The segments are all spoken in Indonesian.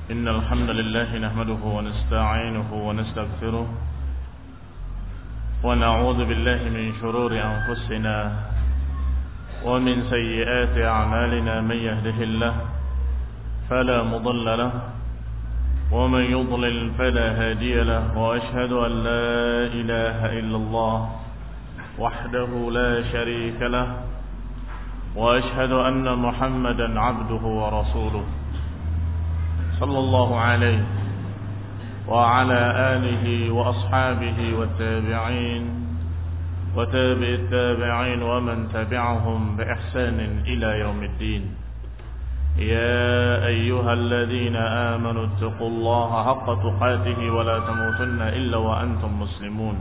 إن الحمد لله نحمده ونستعينه ونستغفره ونعوذ بالله من شرور أنفسنا ومن سيئات أعمالنا. من يهده الله فلا مضل له ومن يضلل فلا هادي له، وأشهد أن لا إله إلا الله وحده لا شريك له، وأشهد أن محمدا عبده ورسوله صلى الله عليه وعلى آله وأصحابه والتابعين وتابع التابعين ومن تبعهم بإحسان إلى يوم الدين. يا أيها الذين آمنوا اتقوا الله حق تقاته ولا تموتن إلا وأنتم مسلمون.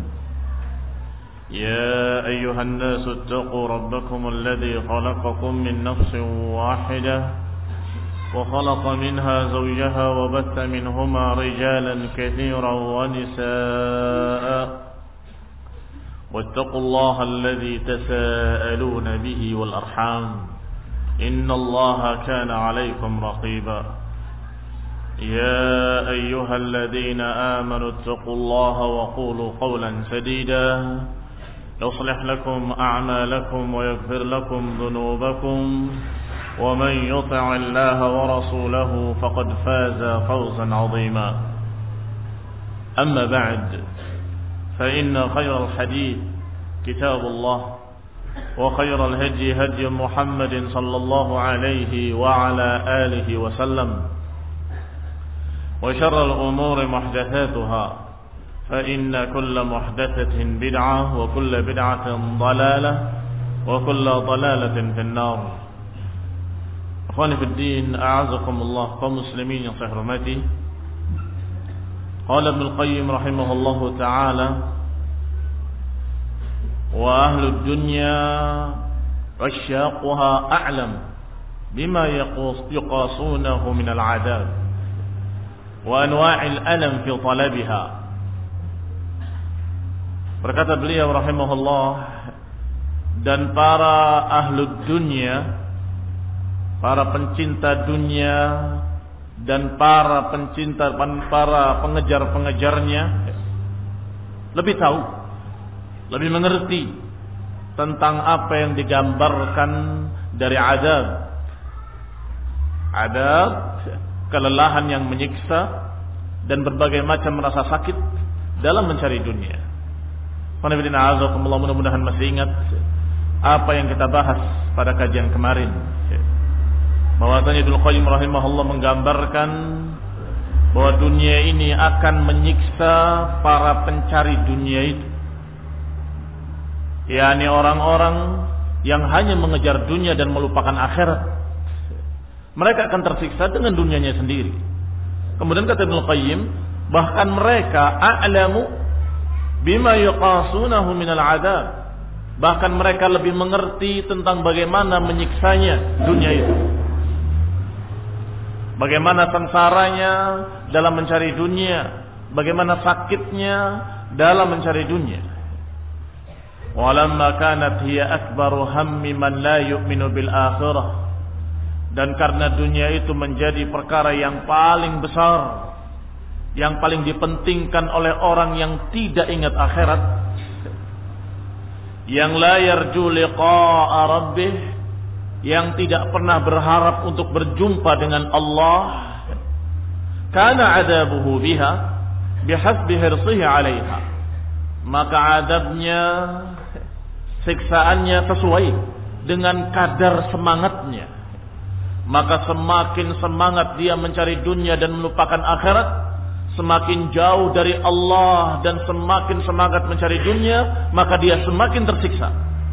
يا أيها الناس اتقوا ربكم الذي خلقكم من نفس واحدة وخلق منها زوجها وبث منهما رجالا كثيرا ونساء، واتقوا الله الذي تساءلون به والأرحام إن الله كان عليكم رقيبا. يا أيها الذين آمنوا اتقوا الله وقولوا قولا سديدا يصلح لكم أعمالكم ويغفر لكم ذنوبكم، ومن يطع الله ورسوله فقد فاز فوزا عظيما. أما بعد، فإن خير الحديث كتاب الله، وخير الهدي هدي محمد صلى الله عليه وعلى آله وسلم، وشر الأمور محدثاتها، فإن كل محدثة بدعة وكل بدعة ضلالة وكل ضلالة في النار. Akhwani fi din, a'azakumullah, kaum muslimin yang saya hormati. Qala Ibnu Qayyim rahimahullahu ta'ala, wa ahlud dunya wasyaquha a'lam bima yuqasunahu min al-'adab wa anwa'il alam fi talabiha. Berkata beliau rahimahullah, dan para ahlud dunya, para pencinta dunia dan para pengejar-pengejarnya lebih tahu, lebih mengerti tentang apa yang digambarkan dari adab, kelelahan yang menyiksa dan berbagai macam rasa sakit dalam mencari dunia. Mudah-mudahan masih ingat apa yang kita bahas pada kajian kemarin, bahwasanya Ibnu Qayyim rahimahullah menggambarkan bahwa dunia ini akan menyiksa para pencari dunia itu, yakni orang-orang yang hanya mengejar dunia dan melupakan akhirat. Mereka akan tersiksa dengan dunianya sendiri. Kemudian kata Ibnu Qayyim, bahkan mereka a'lamu bima yuqasunahu minal 'adab, bahkan mereka lebih mengerti tentang bagaimana menyiksanya dunia itu, bagaimana sengsaranya dalam mencari dunia, bagaimana sakitnya dalam mencari dunia. Walamma kanat hiya akbaru hammi man la yu'minu bil akhirah, dan karena dunia itu menjadi perkara yang paling besar, yang paling dipentingkan oleh orang yang tidak ingat akhirat, yang la yarju liqa'a rabbih, yang tidak pernah berharap untuk berjumpa dengan Allah, kana adabuhu biha bihasbi hirsihi 'alaiha, maka adabnya, siksaannya sesuai dengan kadar semangatnya. Maka semakin semangat dia mencari dunia dan melupakan akhirat, semakin jauh dari Allah, dan semakin semangat mencari dunia, maka dia semakin tersiksa.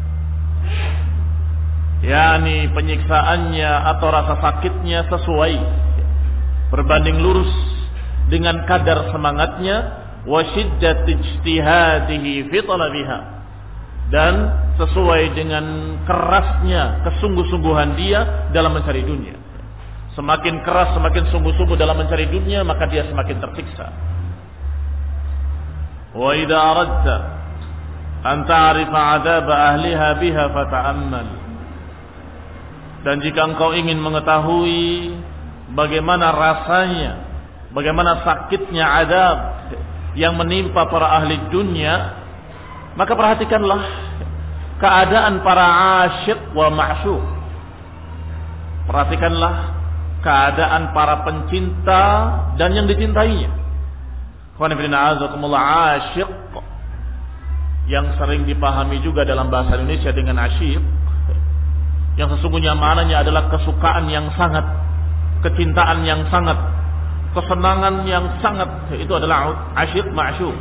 yakni penyiksaannya atau rasa sakitnya sesuai, berbanding lurus dengan kadar semangatnya, wa shiddat ijtihadihi fi talabiha, dan sesuai dengan kerasnya kesungguh-sungguhan dia dalam mencari dunia. Semakin keras, semakin sungguh-sungguh dalam mencari dunia, maka dia semakin tersiksa. Wa idza aradta an ta'rifa 'adzab ahliha biha fata'ammal. Dan jika engkau ingin mengetahui bagaimana rasanya bagaimana sakitnya azab yang menimpa para ahli dunia, maka perhatikanlah keadaan para asyik wa ma'syuq. Perhatikanlah keadaan para pencinta dan yang dicintainya. Asyik yang sering dipahami juga dalam bahasa Indonesia dengan asyik, yang sesungguhnya maknanya adalah kesukaan yang sangat, kecintaan yang sangat, kesenangan yang sangat. Itu adalah asyik ma'syuq.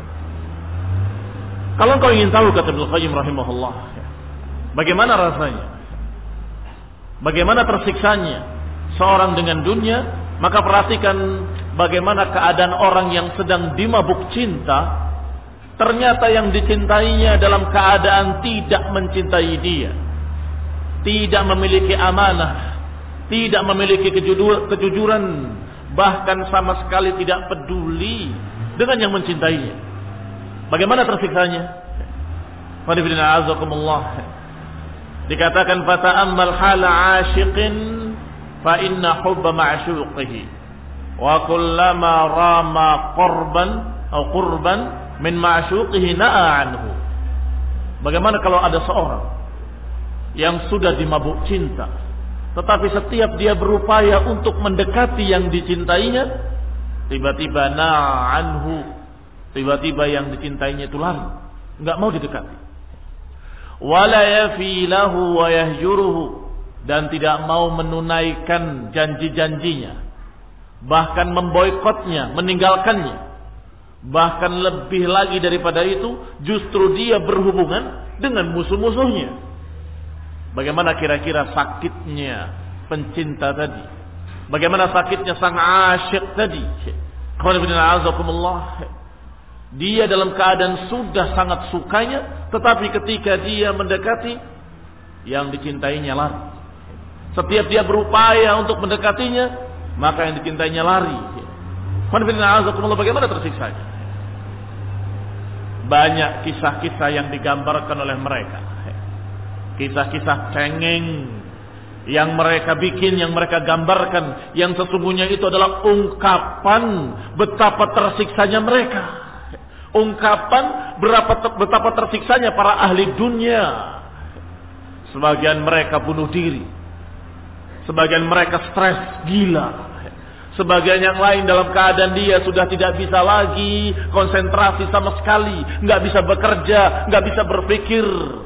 Kalau engkau ingin tahu, kata Ibnu Qayyim rahimahullah, bagaimana rasanya, bagaimana tersiksanya seorang dengan dunia, maka perhatikan bagaimana keadaan orang yang sedang dimabuk cinta. Ternyata yang dicintainya dalam keadaan tidak mencintai dia, tidak memiliki amanah, tidak memiliki kejujuran, bahkan sama sekali tidak peduli dengan yang mencintainya. Bagaimana tersiksanya? Dikatakan fata'ammal hala 'ashiqin fa inna hubba ma'syuqihi wa kullama rama qurban min ma'syuqihi na'a anhu. Bagaimana kalau ada seorang yang sudah dimabuk cinta, tetapi setiap dia berupaya untuk mendekati yang dicintainya, tiba-tiba na'a anhu, tiba-tiba yang dicintainya itu lari, enggak mau didekati. Wala yafi lahu wa yahjuruhu, dan tidak mau menunaikan janji-janjinya, bahkan memboikotnya, meninggalkannya. Bahkan lebih lagi daripada itu, justru dia berhubungan dengan musuh-musuhnya. Bagaimana kira-kira sakitnya pencinta tadi? Bagaimana sakitnya sang asyik tadi? Dia dalam keadaan sudah sangat sukanya, tetapi ketika dia mendekati yang dicintainya lari. Setiap dia berupaya untuk mendekatinya, maka yang dicintainya lari. Bagaimana tersiksanya? Banyak kisah-kisah yang digambarkan oleh mereka, kisah-kisah cengeng yang mereka bikin, yang mereka gambarkan, yang sesungguhnya itu adalah ungkapan betapa tersiksanya mereka, ungkapan betapa tersiksanya para ahli dunia. Sebagian mereka bunuh diri, sebagian mereka stres gila, sebagian yang lain dalam keadaan dia sudah tidak bisa lagi konsentrasi sama sekali, nggak bisa bekerja, nggak bisa berpikir.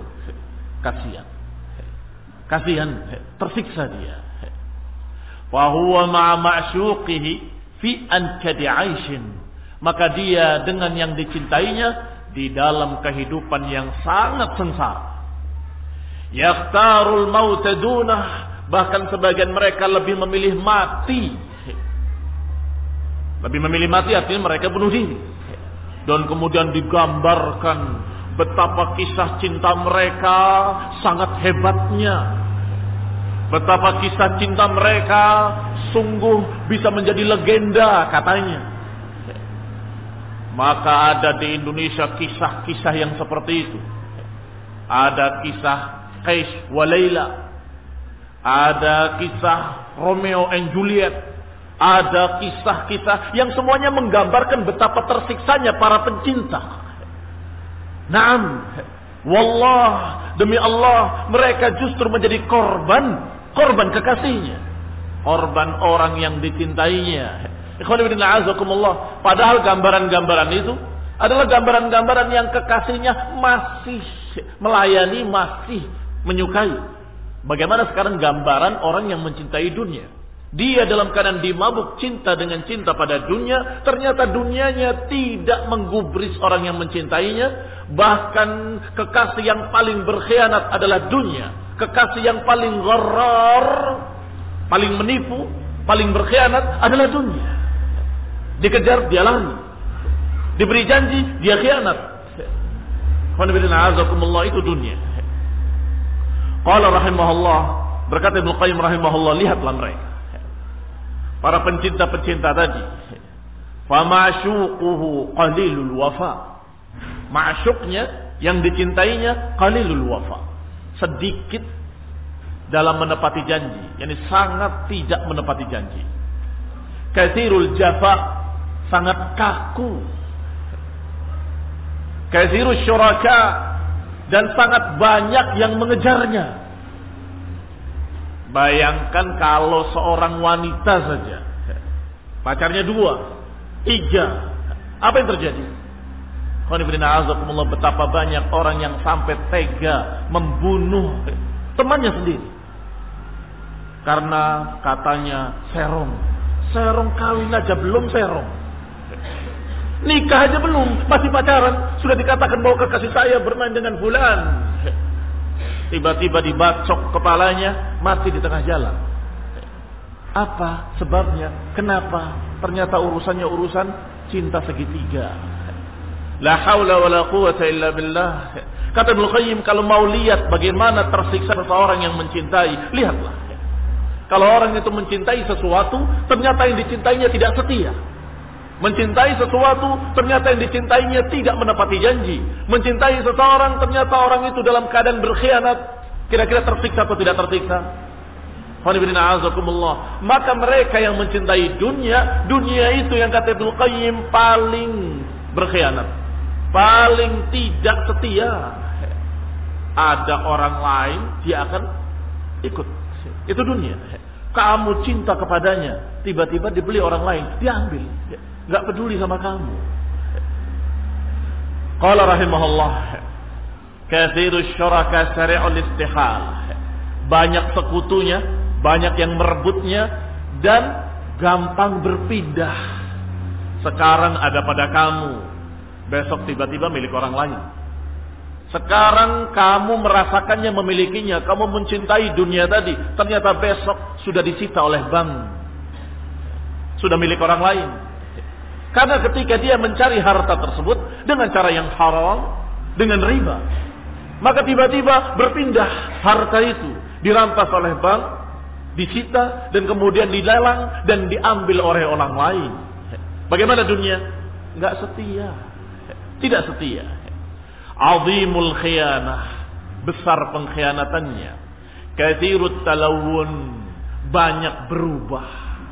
Kasihan, tersiksa dia. Wa huwa ma'a ma'syuqihi fi ankadi 'aishin, maka dia dengan yang dicintainya di dalam kehidupan yang sangat sengsara. Yakhtarul maut dunah, bahkan sebagian mereka lebih memilih mati. Lebih memilih mati artinya mereka bunuh diri. Dan kemudian digambarkan betapa kisah cinta mereka sangat hebatnya. Betapa kisah cinta mereka sungguh bisa menjadi legenda katanya. Maka ada di Indonesia kisah-kisah yang seperti itu. Ada kisah Qais wa Laila. Ada kisah Romeo and Juliet. Ada kisah-kisah yang semuanya menggambarkan betapa tersiksanya para pencinta. Naam, wallah, demi Allah, mereka justru menjadi korban kekasihnya, korban orang yang dicintainya. Padahal gambaran-gambaran itu adalah gambaran-gambaran yang kekasihnya masih melayani, masih menyukai. Bagaimana sekarang gambaran orang yang mencintai dunia? Dia dalam keadaan dimabuk cinta dengan cinta pada dunia, ternyata dunianya tidak menggubris orang yang mencintainya. Bahkan kekasih yang paling berkhianat adalah dunia. Kekasih yang paling gharar, paling menipu, paling berkhianat adalah dunia. Dikejar, dia lari. Diberi janji, dia khianat. Itu dunia. Qala rahimahullah, berkata Ibnu Qayyim rahimahullah, lihatlah mereka, para pencinta-pencinta tadi. Fa ma'syuquhu qalilul wafa. Ma'syuqnya, yang dicintainya, qalilul wafa, sedikit dalam menepati janji, yakni sangat tidak menepati janji. katsirul jafa, sangat kaku. Katsirul syuraka, dan sangat banyak yang mengejarnya. Bayangkan kalau seorang wanita saja, pacarnya 2, 3, apa yang terjadi? Betapa banyak orang yang sampai tega membunuh temannya sendiri karena katanya serong kawin aja belum, serong nikah aja belum, masih pacaran sudah dikatakan bahwa kekasih saya bermain dengan fulan. Tiba-tiba dibacok kepalanya, mati di tengah jalan. Apa sebabnya? Kenapa? Ternyata urusannya urusan cinta segitiga. La haula wala quwwata illa billah. Kata Ibnu Qayyim, kalau mau lihat bagaimana tersiksa seseorang yang mencintai, lihatlah. Kalau orang itu mencintai sesuatu, ternyata yang dicintainya tidak setia. Mencintai sesuatu, ternyata yang dicintainya tidak menepati janji. Mencintai seseorang, ternyata orang itu dalam keadaan berkhianat. Kira-kira tersiksa atau tidak tersiksa? Maka mereka yang mencintai dunia itu yang kata Ibnu Qayyim paling berkhianat, paling tidak setia. Ada orang lain, dia akan ikut. Itu dunia. Kamu cinta kepadanya, tiba-tiba dibeli orang lain, diambil. Gak peduli sama kamu. Qala rahimahullah, katsirus syuraka sari'ul istihal. Banyak sekutunya, banyak yang merebutnya, dan gampang berpindah. Sekarang ada pada kamu, besok tiba-tiba milik orang lain. Sekarang kamu merasakannya, memilikinya, kamu mencintai dunia tadi, ternyata besok sudah disita oleh bank, sudah milik orang lain. Karena ketika dia mencari harta tersebut dengan cara yang haram, dengan riba, maka tiba-tiba berpindah harta itu, dirampas oleh bank, disita, dan kemudian dilelang dan diambil oleh orang lain. Bagaimana dunia? Enggak setia, tidak setia. Azimul khiyanah, besar pengkhianatannya. Katsirut talawun, banyak berubah.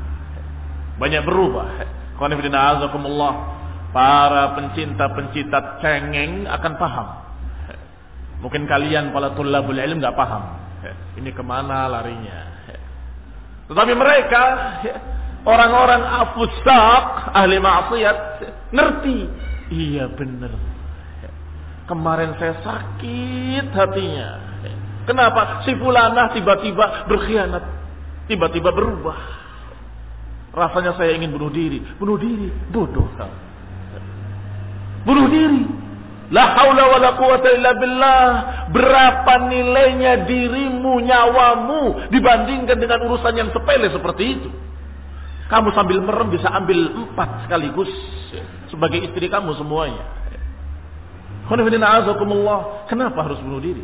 Para pencinta-pencinta cengeng akan paham. Mungkin kalian para tulabul ilm gak paham. Ini kemana larinya? Tetapi mereka, orang-orang afusaq, ahli maksiat, ngerti. Iya benar. Kemarin saya sakit hatinya. Kenapa? Si fulanah tiba-tiba berkhianat, tiba-tiba berubah. Rasanya saya ingin bunuh diri. Bunuh diri, bodoh kamu. Bunuh diri. La haula wala quwwata illa billah. Berapa nilainya dirimu, nyawamu dibandingkan dengan urusan yang sepele seperti itu? Kamu sambil merem bisa ambil 4 sekaligus sebagai istri kamu semuanya. Kenapa harus bunuh diri?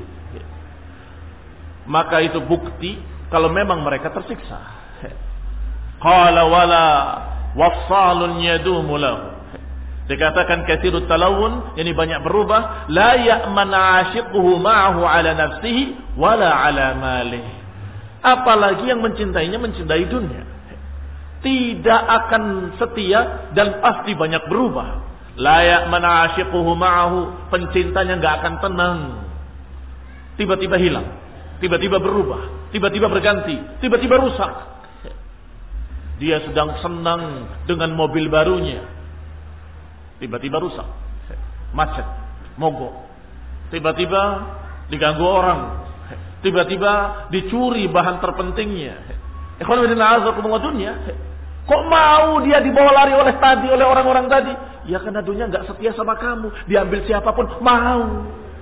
Maka itu bukti kalau memang mereka tersiksa. Qala wala wassalun yadumu lahu. Dikatakan katsirut talawun, yani banyak berubah, la ya'man 'ashiquhu ma'ahu 'ala nafsihi wala 'ala malihi. Apalagi yang mencintainya mencintai dunia, tidak akan setia dan pasti banyak berubah. La ya'man 'ashiquhu ma'ahu, pencintanya enggak akan tenang. Tiba-tiba hilang, tiba-tiba berubah, tiba-tiba berganti, tiba-tiba rusak. Dia sedang senang dengan mobil barunya, tiba-tiba rusak, macet, mogok. Tiba-tiba diganggu orang, tiba-tiba dicuri bahan terpentingnya. Dunia. Kok mau dia dibawa lari oleh orang-orang tadi? Ya karena dunia nggak setia sama kamu, diambil siapapun mau.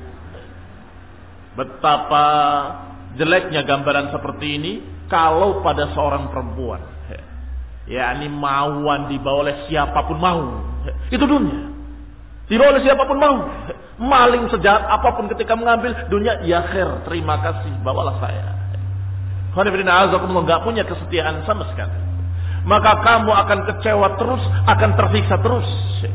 Betapa jeleknya gambaran seperti ini kalau pada seorang perempuan. yakni mauan dibawa oleh siapapun mau. Itu dunia. Dibawa oleh siapapun mau. Maling sejahat apapun ketika mengambil dunia, ya khair, terima kasih, bawalah saya. Enggak punya kesetiaan sama sekali. Maka kamu akan kecewa terus, akan tersiksa terus.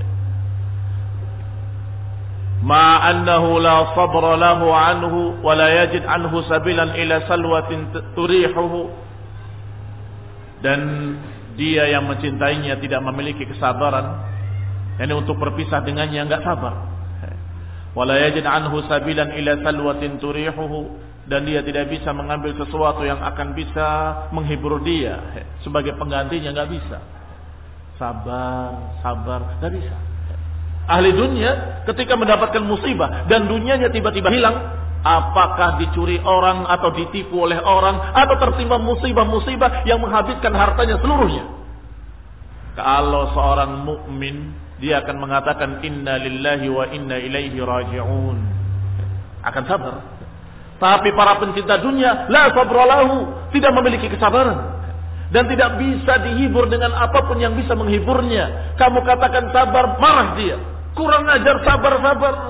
Ma annahu la sabra lahu anhu wa la yajid anhu sabilan ila salwatin turihuhu. Dan dia yang mencintainya tidak memiliki kesabaran, yani untuk berpisah dengannya enggak sabar. Wala yajid anhu sabilan ila salwatin turihuhu, dan dia tidak bisa mengambil sesuatu yang akan bisa menghibur dia sebagai penggantinya, enggak bisa. Sabar, enggak bisa. Ahli dunia ketika mendapatkan musibah dan dunianya tiba-tiba hilang, apakah dicuri orang atau ditipu oleh orang atau tertimpa musibah-musibah yang menghabiskan hartanya seluruhnya. Kalau seorang mukmin, dia akan mengatakan inna lillahi wa inna ilaihi raji'un. Akan sabar. Tapi para pencinta dunia la sabralahu, tidak memiliki kesabaran dan tidak bisa dihibur dengan apapun yang bisa menghiburnya. Kamu katakan sabar, marah dia. Kurang ajar, sabar.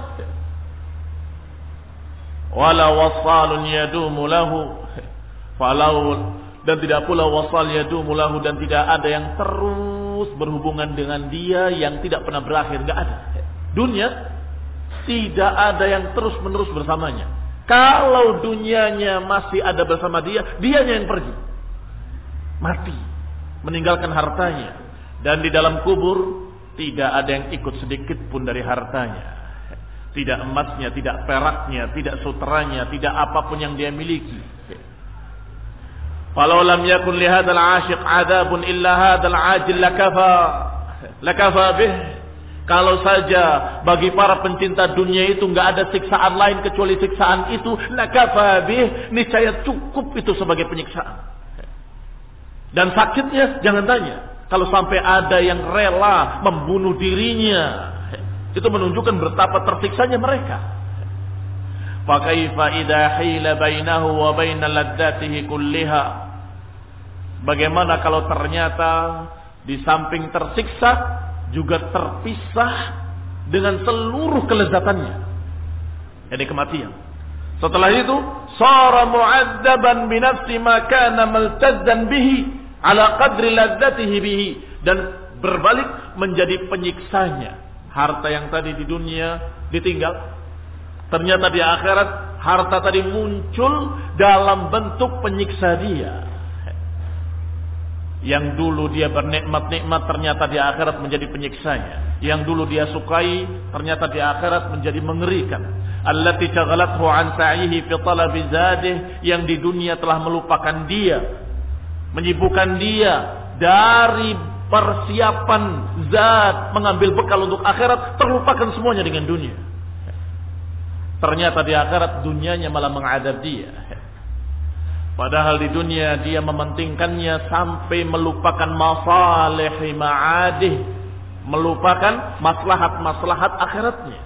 Wala wasalun yadumu lahu falau, dan tidak pula wasal yadumu lahu, dan tidak ada yang terus berhubungan dengan dia yang tidak pernah berakhir, enggak ada. Dunia tidak ada yang terus menerus bersamanya. Kalau dunianya masih ada bersama dia, dianya yang pergi, mati, meninggalkan hartanya, dan di dalam kubur tidak ada yang ikut sedikit pun dari hartanya. Tidak emasnya, tidak peraknya, tidak sutranya, tidak apapun yang dia miliki. Falau lam yakun li hadzal 'ashiq 'adzabun illa hadzal 'ajil lakafa bih. Kalau saja bagi para pencinta dunia itu enggak ada siksaan lain kecuali siksaan itu, lakafa bih, niscaya cukup itu sebagai penyiksaan. Dan sakitnya jangan tanya. Kalau sampai ada yang rela membunuh dirinya, itu menunjukkan betapa tersiksanya mereka. Fa kaifa idza hila bainahu wa baina ladzatihi kulliha. Bagaimana kalau ternyata di samping tersiksa juga terpisah dengan seluruh kelezatannya, jadi kematian. Setelah itu sara mu'adzaban bi nafsi ma kana maltazzan bihi ala qadri ladzatihi bihi, dan berbalik menjadi penyiksanya. Harta yang tadi di dunia ditinggal, ternyata di akhirat harta tadi muncul dalam bentuk penyiksa dia. Yang dulu dia bernikmat-nikmat, ternyata di akhirat menjadi penyiksanya. Yang dulu dia sukai, ternyata di akhirat menjadi mengerikan. Allati shaghalathu an sa'ihi fi talabi zadih, yang di dunia telah melupakan dia, menyibukkan dia dari persiapan zat, mengambil bekal untuk akhirat, terlupakan semuanya dengan dunia. Ternyata di akhirat dunianya malah mengadab dia. Padahal di dunia dia mementingkannya sampai melupakan masalih ma'adih, melupakan maslahat-maslahat akhiratnya.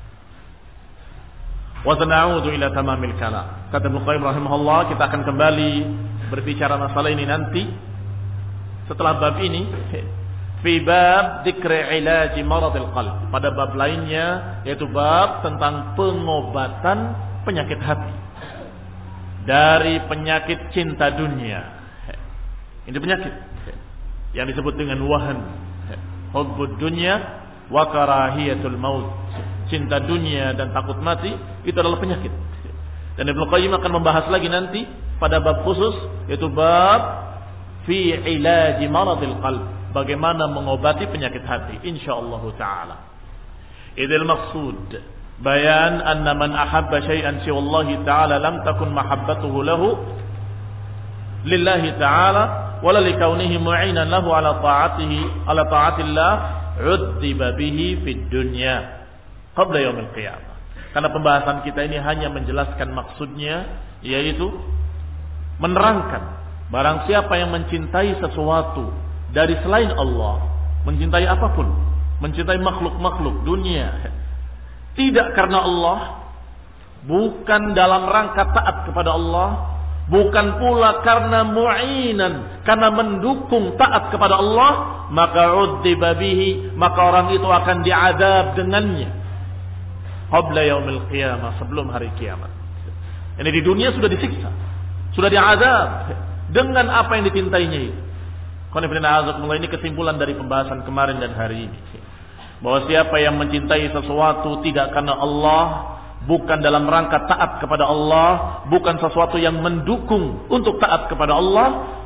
Wa sana'udu ila tamamil kalam. Kata Ibnu Qayyim rahimahullah, kita akan kembali berbicara masalah ini nanti setelah bab ini, fi bab dzikri ilaji maradil qalb, pada bab lainnya, yaitu bab tentang pengobatan penyakit hati dari penyakit cinta dunia. Ini penyakit yang disebut dengan wahan, hubbud dunya wa karahiyatul maut. Cinta dunia dan takut mati itu adalah penyakit. Dan Ibnu Qayyim akan membahas lagi nanti pada bab khusus, yaitu bab fi ilaji maradil qalb, bagaimana mengobati penyakit hati, insyaallah taala. Idil maqsud bayan anna man ahabba syai'an siwallahi taala lam takun mahabbatuhu lahu lillahi taala wala likaunihi mu'inan lahu ala ta'atillah uddiba bihi fid dunya qabla yaumil qiyamah. Karena pembahasan kita ini hanya menjelaskan maksudnya, yaitu menerangkan barang siapa yang mencintai sesuatu dari selain Allah, mencintai apapun, mencintai makhluk-makhluk dunia, tidak karena Allah, bukan dalam rangka taat kepada Allah, bukan pula karena mu'inan, karena mendukung taat kepada Allah, maka uddiba bihi, maka orang itu akan diadab dengannya qabla yaumil qiyamah, sebelum hari kiamat. Ini di dunia sudah disiksa, sudah diadab dengan apa yang dicintainya itu. Ini kesimpulan dari pembahasan kemarin dan hari ini, bahwa siapa yang mencintai sesuatu tidak karena Allah, bukan dalam rangka taat kepada Allah, bukan sesuatu yang mendukung untuk taat kepada Allah,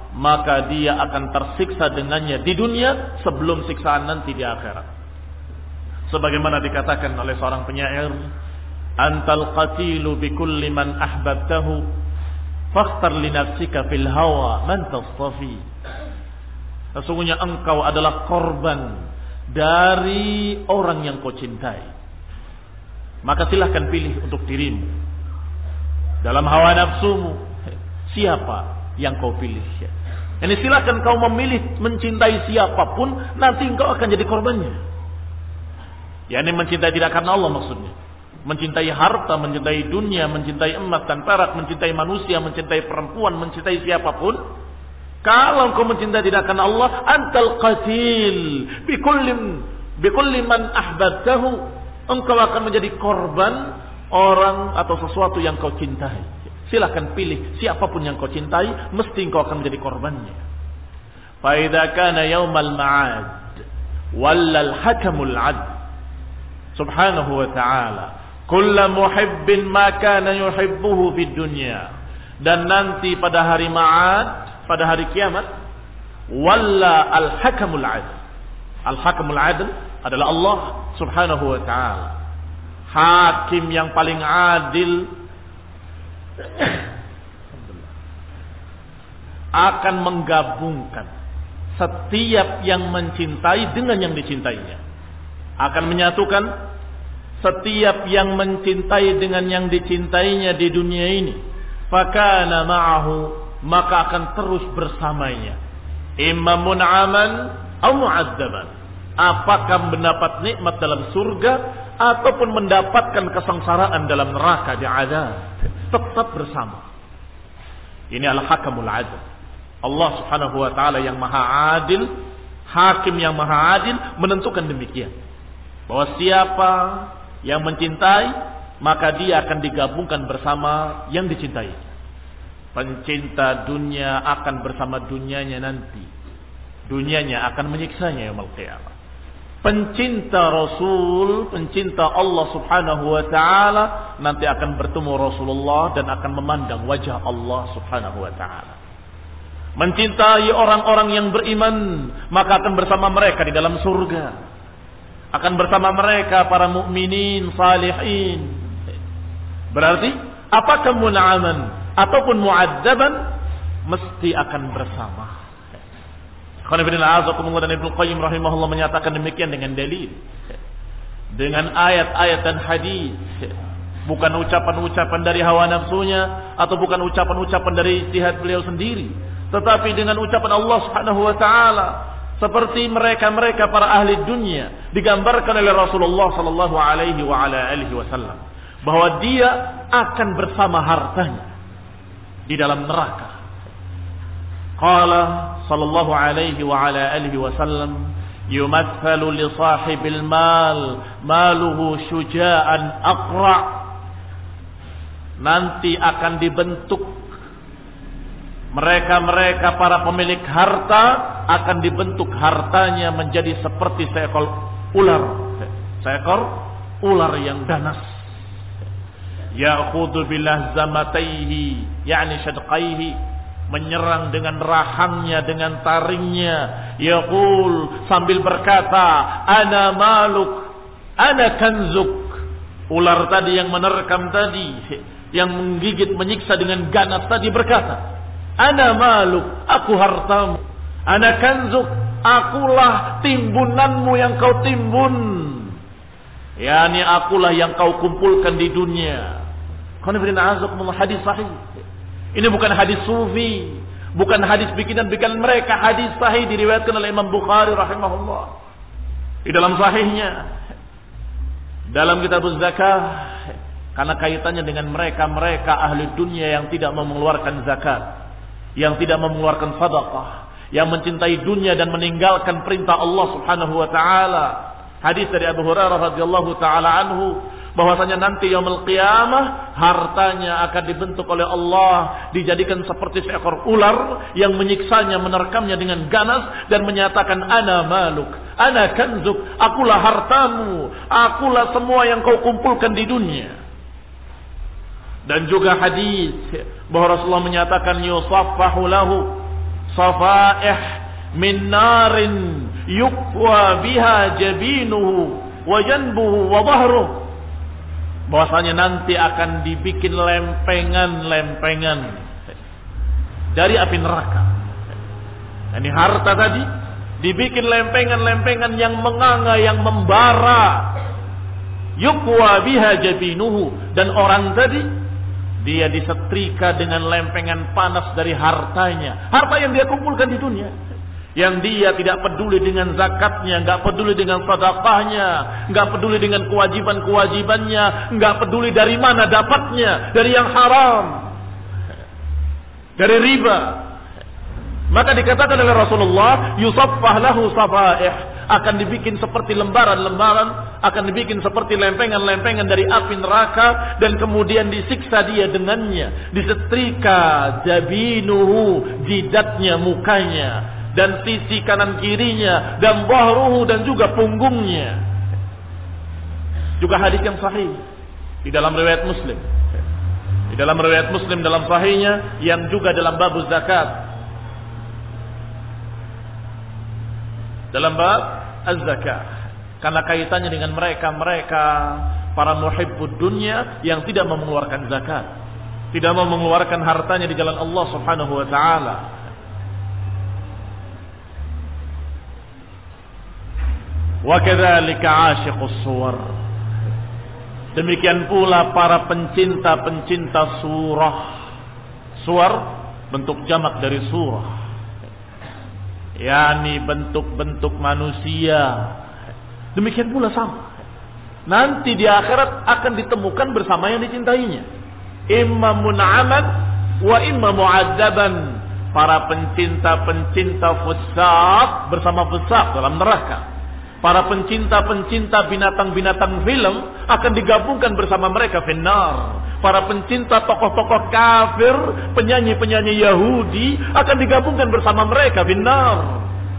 maka dia akan tersiksa dengannya di dunia sebelum siksaan nanti di akhirat. Sebagaimana dikatakan oleh seorang penyair, antal qatilu bikulli man ahbabtahu fakhtar li nafsika fil hawa man tastafi. Sesungguhnya engkau adalah korban dari orang yang kau cintai, maka silahkan pilih untuk dirimu dalam hawa nafsumu siapa yang kau pilih. Ini silahkan kau memilih mencintai siapapun, nanti engkau akan jadi korbannya. Ya, ini mencintai tidak karena Allah maksudnya. Mencintai harta, mencintai dunia, mencintai emas dan perak, mencintai manusia, mencintai perempuan, mencintai siapapun. Kalau engkau mencintai tidak karena Allah, antal qatil bikulli man ahbabtahu, engkau akan menjadi korban orang atau sesuatu yang kau cintai. Silahkan pilih siapapun yang kau cintai, mesti engkau akan menjadi korbannya. Fa idza kana yaumal ma'ad wallal hakamul 'adl subhanahu wa ta'ala kullu muhibbin ma kana yuhibbuhu fid dunya. Dan nanti pada hari ma'ad, pada hari kiamat, walla al hakamul 'adl. Al hakamul 'adl adalah Allah subhanahu wa ta'ala, hakim yang paling adil, akan menggabungkan setiap yang mencintai dengan yang dicintainya, akan menyatukan setiap yang mencintai dengan yang dicintainya di dunia ini. Fakana ma'ahu, maka akan terus bersamanya, imma mun'aman atau mu'adzaban, apakah mendapat nikmat dalam surga ataupun mendapatkan kesengsaraan dalam neraka di azab, tetap bersama. Ini al-hakamul adil. Allah subhanahu wa ta'ala yang maha adil, hakim yang maha adil, menentukan demikian, bahwa siapa yang mencintai, maka dia akan digabungkan bersama yang dicintai. Pencinta dunia akan bersama dunianya nanti, dunianya akan menyiksanya yaumul qiyamah. Pencinta Rasul, pencinta Allah subhanahu wa ta'ala, nanti akan bertemu Rasulullah dan akan memandang wajah Allah subhanahu wa ta'ala. Mencintai orang-orang yang beriman, maka akan bersama mereka di dalam surga, akan bersama mereka para mukminin salihin. Berarti apakah mun'aman ataupun mu'adzaban, mesti akan bersama. Dan Ibnu Qayyim rahimahullah menyatakan demikian dengan dalil, dengan ayat-ayat dan hadis, bukan ucapan-ucapan dari hawa nafsunya atau bukan ucapan-ucapan dari ijtihad beliau sendiri, tetapi dengan ucapan Allah Subhanahu wa taala, seperti mereka-mereka para ahli dunia digambarkan oleh Rasulullah sallallahu alaihi wasallam, bahwa dia akan bersama hartanya di dalam neraka. Qala sallallahu alaihi wa ala alihi wasallam, yumathalu li sahibil mal maluhu syuja'an aqra. Nanti akan dibentuk mereka-mereka para pemilik harta, akan dibentuk hartanya menjadi seperti seekor ular, seekor ular yang ganas. Ya'khudhu bilahzamataihi, yani syadqaihi, menyerang dengan rahangnya, dengan taringnya. Yaqul, sambil berkata, ana maluk, ana kanzuk. Ular tadi yang menerkam tadi, yang menggigit, menyiksa dengan ganas tadi berkata, ana maluk, aku hartamu. Ana kanzuk, akulah timbunanmu yang kau timbun. Yani akulah yang kau kumpulkan di dunia. Hadis sahih. Ini bukan hadis sufi, bukan hadis bikinan-bikinan mereka, hadis sahih diriwayatkan oleh Imam Bukhari rahimahullah di dalam sahihnya, dalam kitab zakah, karena kaitannya dengan mereka-mereka ahli dunia yang tidak mau mengeluarkan zakat, yang tidak mau mengeluarkan sedekah, yang mencintai dunia dan meninggalkan perintah Allah Subhanahu wa taala. Hadis dari Abu Hurairah radhiyallahu taala anhu, bahwasanya nanti yaumul qiyamah hartanya akan dibentuk oleh Allah, dijadikan seperti seekor ular yang menyiksanya, menerkamnya dengan ganas dan menyatakan, ana maluk, ana kanzuk, akulah hartamu, akulah semua yang kau kumpulkan di dunia. Dan juga hadis bahwa Rasulullah menyatakan, yusaffahu lahu safaih min narin yukwa biha jabinuhu wa janbuhu wa dhahruhu. Bahwasanya nanti akan dibikin lempengan-lempengan dari api neraka. Ini harta tadi dibikin lempengan-lempengan yang menganga, yang membara. Yukwa biha jabinuhu, dan orang tadi dia disetrika dengan lempengan panas dari hartanya. Harta yang dia kumpulkan di dunia, yang dia tidak peduli dengan zakatnya, nggak peduli dengan sedekahnya, nggak peduli dengan kewajiban-kewajibannya, nggak peduli dari mana dapatnya, dari yang haram, dari riba. Maka dikatakan oleh Rasulullah, yusaffah lahu safaih, akan dibikin seperti lembaran-lembaran, akan dibikin seperti lempengan-lempengan dari api neraka, dan kemudian disiksa dia dengannya, disetrika jabinuhu, jidatnya, mukanya, dan sisi kanan kirinya, dan bahruhu, dan juga punggungnya. Juga hadis yang sahih di dalam riwayat Muslim. Di dalam riwayat Muslim dalam sahihnya, yang juga dalam bab zakat, dalam bab az-zakah, karena kaitannya dengan mereka para muhibbud dunya yang tidak mau mengeluarkan zakat, tidak mau mengeluarkan hartanya di jalan Allah Subhanahu wa taala. Wa kadzalika 'ashiqus suwar. Demikian pula para pencinta-pencinta surah. Suwar bentuk jamak dari surah, yakni bentuk-bentuk manusia. Demikian pula sama, nanti di akhirat akan ditemukan bersama yang dicintainya. Imma mun'aman wa imma mu'adzaban. Para pencinta-pencinta fusaq bersama fusaq dalam neraka. Para pencinta-pencinta binatang-binatang film akan digabungkan bersama mereka finnar. Para pencinta tokoh-tokoh kafir, penyanyi-penyanyi Yahudi akan digabungkan bersama mereka finnar.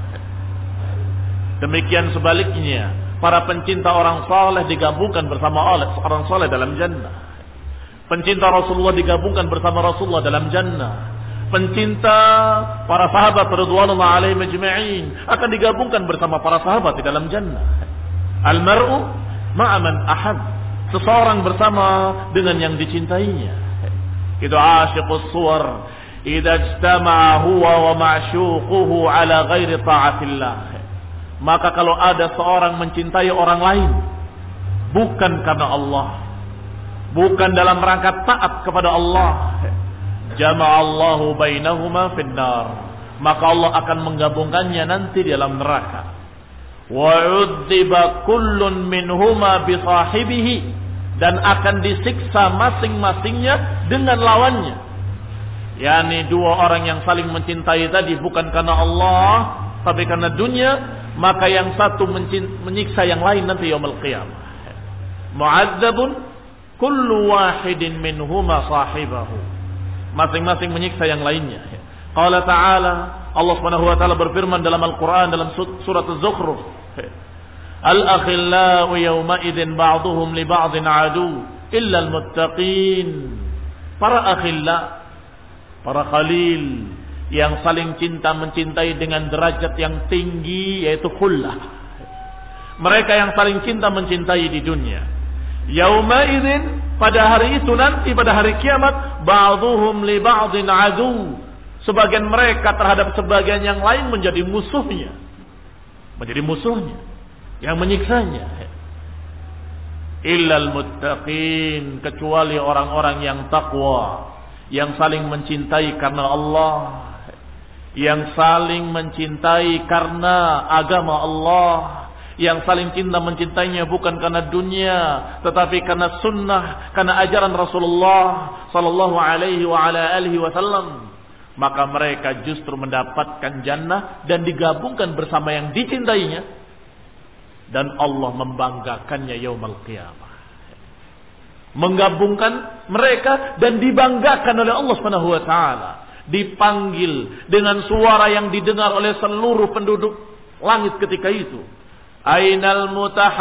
Demikian sebaliknya, para pencinta orang saleh digabungkan bersama orang saleh dalam jannah. Pencinta Rasulullah digabungkan bersama Rasulullah dalam jannah. Pencinta para sahabat radhiyallahu alaihim ajma'in akan digabungkan bersama para sahabat di dalam jannah. Al-mar'u ma'a man ahab. Seseorang bersama dengan yang dicintainya. Itu asyiqus suwar. Idza ijtama'a huwa wa ma'syuquhu ala ghairi ta'atillah. Maka kalau ada seorang mencintai orang lain bukan karena Allah, bukan dalam rangka taat kepada Allah, jama'allahu bainahuma finnar, maka Allah akan menggabungkannya nanti di dalam neraka. Wa udziba kullun minhuma bi sahibihi, dan akan disiksa masing-masingnya dengan lawannya. yakni dua orang yang saling mencintai tadi bukan karena Allah tapi karena dunia, maka yang satu menyiksa yang lain nanti yaumul qiyamah. Mu'adzabun kullu wahidin minhuma sahibahu, masing-masing menyiksa yang lainnya. Qala ta'ala, Allah Subhanahu wa taala berfirman dalam Al-Qur'an dalam surat Az-Zukhruf, Al-akhillau yawma idzin ba'dhum li ba'dhin adu illa al-muttaqin. Para akhilla, para khalil yang saling cinta mencintai dengan derajat yang tinggi yaitu khullah. Mereka yang saling cinta mencintai di dunia. Yauma idzin, pada hari itu nanti pada hari kiamat, ba'dhum li ba'dhin adu. Sebagian mereka terhadap sebagian yang lain menjadi musuhnya. Menjadi musuhnya yang menyiksanya. Illal muttaqin, kecuali orang-orang yang takwa, yang saling mencintai karena Allah, yang saling mencintai karena agama Allah, yang saling cinta mencintainya bukan karena dunia, tetapi karena sunnah, karena ajaran Rasulullah sallallahu alaihi wa ala alihi wasallam. Maka mereka justru mendapatkan jannah dan digabungkan bersama yang dicintainya, dan Allah membanggakannya yaumul qiyamah. Menggabungkan mereka dan dibanggakan oleh Allah Subhanahu wa taala. Dipanggil dengan suara yang didengar oleh seluruh penduduk langit ketika itu. Ainal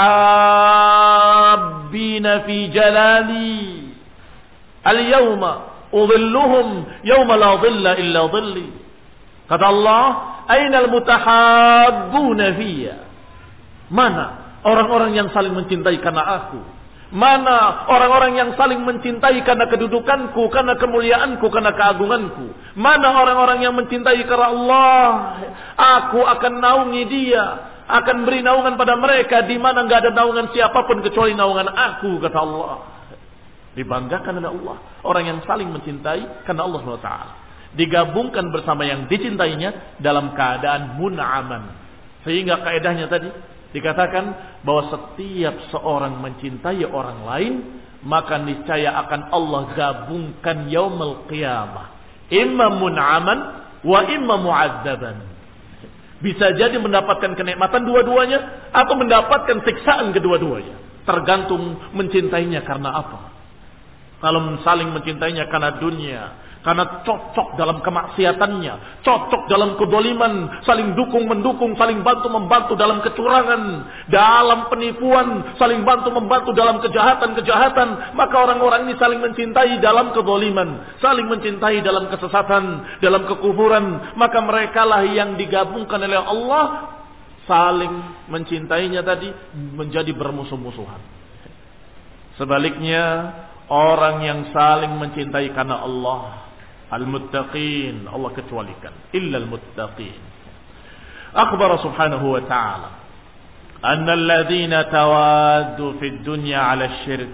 mutahabbina fi jalali al-yawma udhilluhum yawma la dhilla illa dhilli. Kata Allah, "Ainal mutahabbuna fiyya?" Mana orang-orang yang saling mencintai karena aku? Mana orang-orang yang saling mencintai karena kedudukanku, karena kemuliaanku, karena keagunganku? Mana orang-orang yang mencintai karena Allah? Aku akan naungi dia, akan beri naungan pada mereka di mana enggak ada naungan siapapun kecuali naungan aku, kata Allah. Dibanggakan oleh Allah orang yang saling mencintai karena Allah SWT. Digabungkan bersama yang dicintainya dalam keadaan mun'aman. Sehingga kaedahnya tadi dikatakan bahwa setiap seorang mencintai orang lain, maka niscaya akan Allah gabungkan yaumul qiyamah, imma mun'aman wa imma mu'adzaban. Bisa jadi mendapatkan kenikmatan dua-duanya atau mendapatkan siksaan kedua-duanya, tergantung mencintainya karena apa. Kalau saling mencintainya karena dunia, karena cocok dalam kemaksiatannya, cocok dalam kedoliman, saling dukung-mendukung, saling bantu-membantu dalam kecurangan, dalam penipuan, saling bantu-membantu dalam kejahatan-kejahatan, maka orang-orang ini saling mencintai dalam kedoliman, saling mencintai dalam kesesatan, dalam kekufuran, maka merekalah yang digabungkan oleh Allah, saling mencintainya tadi menjadi bermusuh-musuhan. Sebaliknya, orang yang saling mencintai karena Allah, al-muttaqin, Allah kecualikan, illa al-muttaqin. Akhbar subhanahu wa ta'ala anna alladhina tawaddu fid dunya 'ala asy-syirk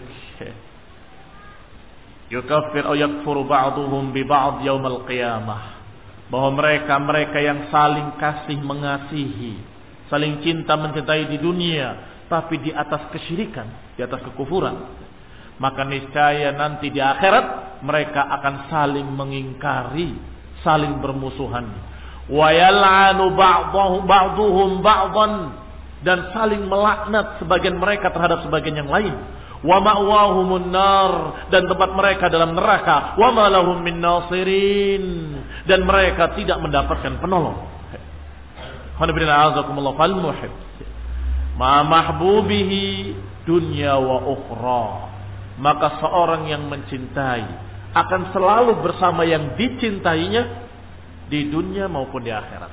yukaffir aw yakfuru ba'dhum bi ba'd yaum al-qiyamah. Bahwa mereka yang saling kasih mengasihi, saling cinta mencintai di dunia tapi di atas kesyirikan, di atas kekufuran, maka niscaya nanti di akhirat mereka akan saling mengingkari, saling bermusuhan. Wa yal'anu ba'dhuhum ba'dhan, dan saling melaknat sebagian mereka terhadap sebagian yang lain. Wa ma'wahumun nar, dan tempat mereka dalam neraka. Wa ma lahum min nasirin, dan mereka tidak mendapatkan penolong. Alhamdulillah, fal muhib ma mahbubihi dunya wa ukhra. Maka seorang yang mencintai akan selalu bersama yang dicintainya di dunia maupun di akhirat.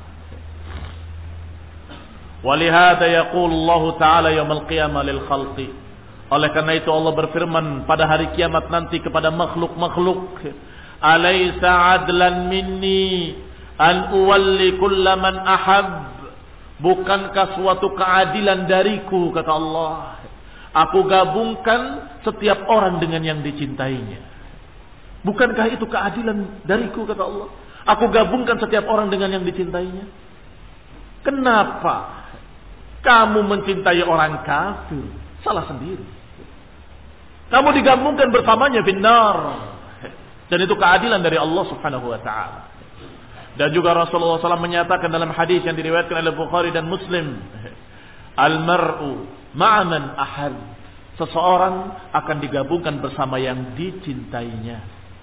Walihada yaqulu Allah Ta'ala yaumil qiyamah lil khalqi. Oleh karena itu Allah berfirman pada hari kiamat nanti kepada makhluk-makhluk, "Alaysa adlan minni an uwalli kullaman ahab?" Bukankah suatu keadilan dariku, kata Allah, aku gabungkan setiap orang dengan yang dicintainya. Bukankah itu keadilan dariku, kata Allah? Aku gabungkan setiap orang dengan yang dicintainya. Kenapa kamu mencintai orang kafir? Salah sendiri. Kamu digabungkan bersamanya finnar. Dan itu keadilan dari Allah Subhanahu wa ta'ala. Dan juga Rasulullah SAW menyatakan dalam hadis yang diriwayatkan oleh Bukhari dan Muslim, al-mar'u ma'aman ahad. Seseorang akan digabungkan bersama yang dicintainya.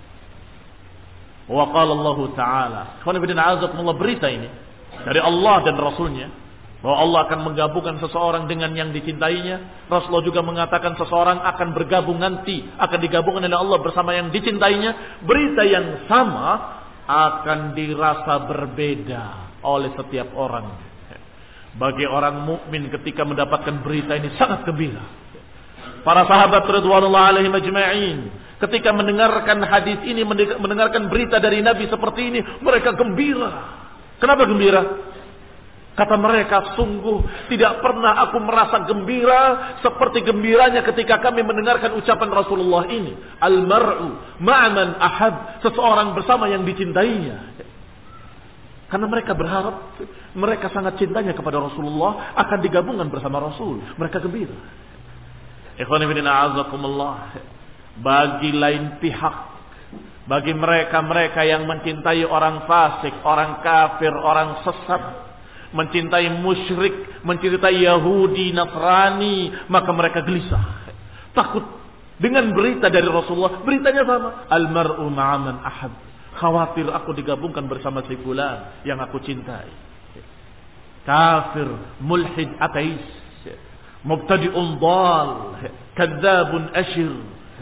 Wa qala Allah Ta'ala, Allah berita ini dari Allah dan Rasulnya, bahwa Allah akan menggabungkan seseorang dengan yang dicintainya. Rasulullah juga mengatakan seseorang akan bergabung nanti, akan digabungkan oleh Allah bersama yang dicintainya. Berita yang sama akan dirasa berbeda oleh setiap orang. Bagi orang mukmin ketika mendapatkan berita ini sangat gembira. Para sahabat radhiyallahu alaihim ajma'in ketika mendengarkan hadis ini, mendengarkan berita dari Nabi seperti ini, mereka gembira. Kenapa gembira? Kata mereka, sungguh tidak pernah aku merasa gembira seperti gembiranya ketika kami mendengarkan ucapan Rasulullah ini. Al-mar'u ma'aman ahad. Seseorang bersama yang dicintainya. Karena mereka berharap, mereka sangat cintanya kepada Rasulullah, akan digabungkan bersama Rasul. Mereka gembira. Ikhwan fillah a'azakumullah. Bagi lain pihak, bagi mereka yang mencintai orang fasik, orang kafir, orang sesat, mencintai musyrik, mencintai Yahudi, Nasrani, maka mereka gelisah, takut dengan berita dari Rasulullah. Beritanya sama, al-mar'u ma'aman ahad. Khawatir aku digabungkan bersama si fulan yang aku cintai. Kafir, mulhid, ateis, mubtadi'un dhal, kadzabun ashir.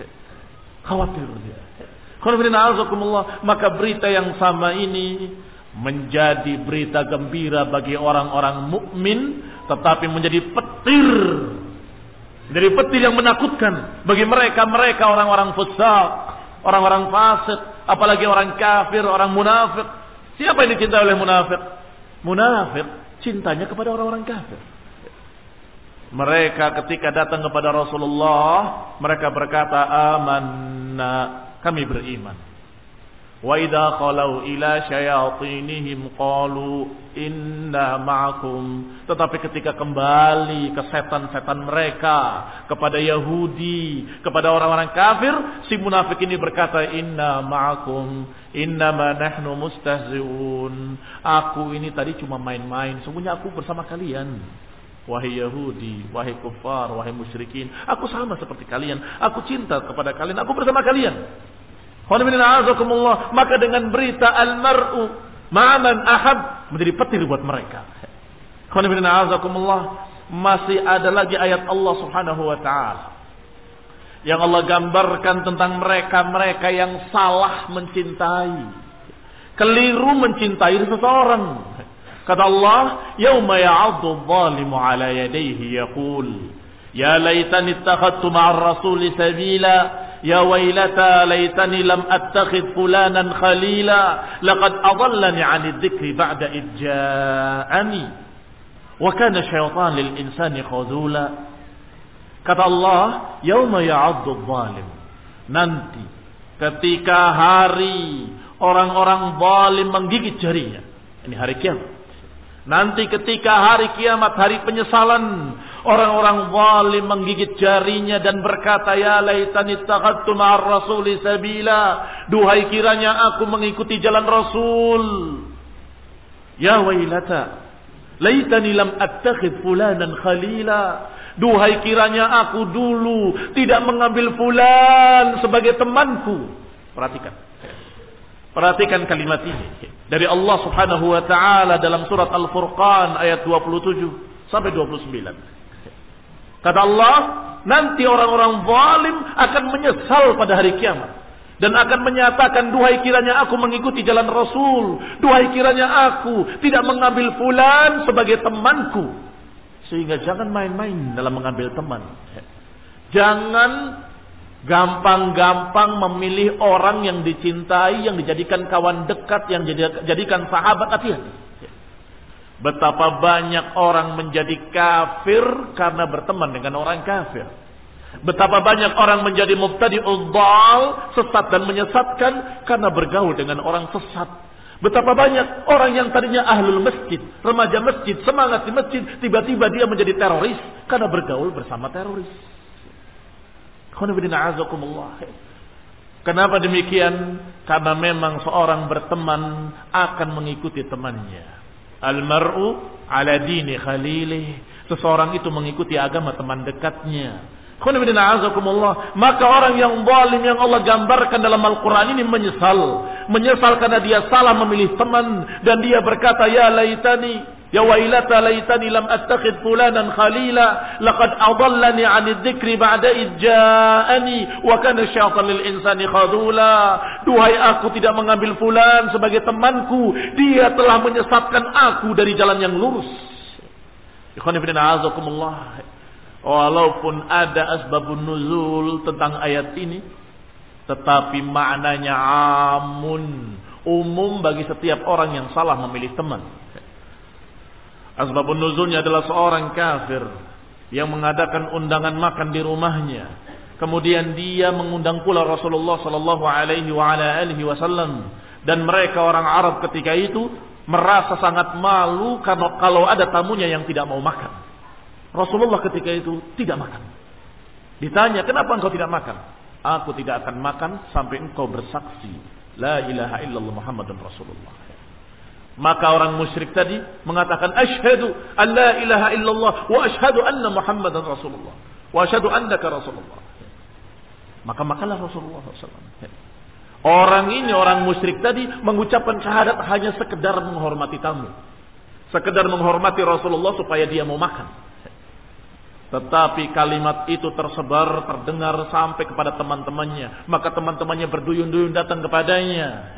Khawatir dia. Maka berita yang sama ini menjadi berita gembira bagi orang-orang mukmin, tetapi menjadi petir. Dari petir yang menakutkan bagi mereka orang-orang fasik, orang-orang fasik, apalagi orang kafir, orang munafik. Siapa yang dicintai oleh munafik? Munafik cintanya kepada orang-orang kafir. Mereka ketika datang kepada Rasulullah, mereka berkata, amanna, kami beriman. Wa idza qalu ila syayatinihim qalu inna ma'akum. Tetapi ketika kembali ke setan-setan mereka, kepada Yahudi, kepada orang-orang kafir, si munafik ini berkata, inna ma'akum innama nahnu mustahzi'un. Aku ini tadi cuma main-main, sesungguhnya aku bersama kalian. Wahai Yahudi, wahai kufar, wahai musyrikin, aku sama seperti kalian, aku cinta kepada kalian, aku bersama kalian. Maka dengan berita al-mar'u ma'aman ahab menjadi petir buat mereka. Masih ada lagi ayat Allah Subhanahu wa taala yang Allah gambarkan tentang mereka yang salah mencintai, keliru mencintai seseorang. Kata Allah, yauma ya'addu adh-dhalimu 'ala yadayhi yaqul ya laitani ittakhadtu ma'ar rasuli sabila. Ya wailata laitani lam attakhidh fulanan khalila laqad adallani 'anid dzikri ba'da id ja'ani wa kana syaitan lil insani khadula. Kata Allah, yauma ya'addu adh-dhalim, nanti ketika hari orang-orang zalim menggigit jarinya, ini hari kiamat. Nanti ketika hari kiamat, hari penyesalan, orang-orang zalim menggigit jarinya dan berkata, ya laitani ittakhadtu ma'ar rasuli sabila. Duhai kiranya aku mengikuti jalan Rasul. Ya wailata laitani lam attakhidh fulanan khalila. Duhai kiranya aku dulu tidak mengambil fulan sebagai temanku. Perhatikan kalimat ini dari Allah Subhanahu wa taala dalam surat Al-Furqan ayat 27 sampai 29. Kata Allah, nanti orang-orang zalim akan menyesal pada hari kiamat dan akan menyatakan, duhai kiranya aku mengikuti jalan Rasul, duhai kiranya aku tidak mengambil fulan sebagai temanku. Sehingga jangan main-main dalam mengambil teman. Jangan gampang-gampang memilih orang yang dicintai, yang dijadikan kawan dekat, yang dijadikan sahabat. Hati-hati. Betapa banyak orang menjadi kafir karena berteman dengan orang kafir. Betapa banyak orang menjadi mubtadi'ud dhal, sesat dan menyesatkan karena bergaul dengan orang sesat. Betapa banyak orang yang tadinya ahlul masjid, remaja masjid, semangat di masjid, tiba-tiba dia menjadi teroris karena bergaul bersama teroris. Kenapa demikian? Karena memang seorang berteman akan mengikuti temannya. Al-mar'u ala dini khalilih. Seseorang itu mengikuti agama teman dekatnya. Maka orang yang zalim yang Allah gambarkan dalam Al-Quran ini menyesal karena dia salah memilih teman, dan dia berkata, ya laitani, ya wailata laitani lam attakhidh fulanan khalila laqad adallani 'anid dzikri ba'da id ja'ani wa kana syaitan lil insani khadula. Duhai aku tidak mengambil fulan sebagai temanku, dia telah menyesatkan aku dari jalan yang lurus. Ikhwan fillah, azakumullah. Walaupun ada asbabun nuzul tentang ayat ini, tetapi maknanya amun, umum bagi setiap orang yang salah memilih teman. Asbabun nuzulnya adalah seorang kafir yang mengadakan undangan makan di rumahnya. Kemudian dia mengundang pula Rasulullah sallallahu alaihi wasallam, dan mereka orang Arab ketika itu merasa sangat malu kalau ada tamunya yang tidak mau makan. Rasulullah ketika itu tidak makan. Ditanya, kenapa engkau tidak makan? Aku tidak akan makan sampai engkau bersaksi la ilaha illallah Muhammadun Rasulullah. Maka orang musyrik tadi mengatakan, asyhadu an la ilaha illallah wa asyhadu anna Muhammadan Rasulullah wa asyhadu annaka Rasulullah. Maka makanlah Rasulullah SAW. Orang ini, orang musyrik tadi mengucapkan syahadat hanya sekedar menghormati tamu, sekedar menghormati Rasulullah supaya dia mau makan. Tetapi kalimat itu tersebar, terdengar sampai kepada teman-temannya. Maka teman-temannya berduyun-duyun datang kepadanya.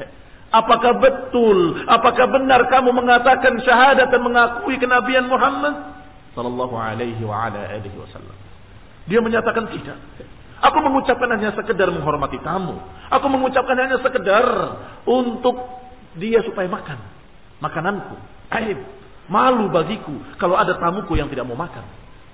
Apakah betul, apakah benar kamu mengatakan syahadat dan mengakui kenabian Muhammad sallallahu alaihi wa ala alihi wasallam? Dia menyatakan tidak. Aku mengucapkan hanya sekedar menghormati tamu. Aku mengucapkan hanya sekedar untuk dia supaya makan makananku. Aib, malu bagiku kalau ada tamuku yang tidak mau makan.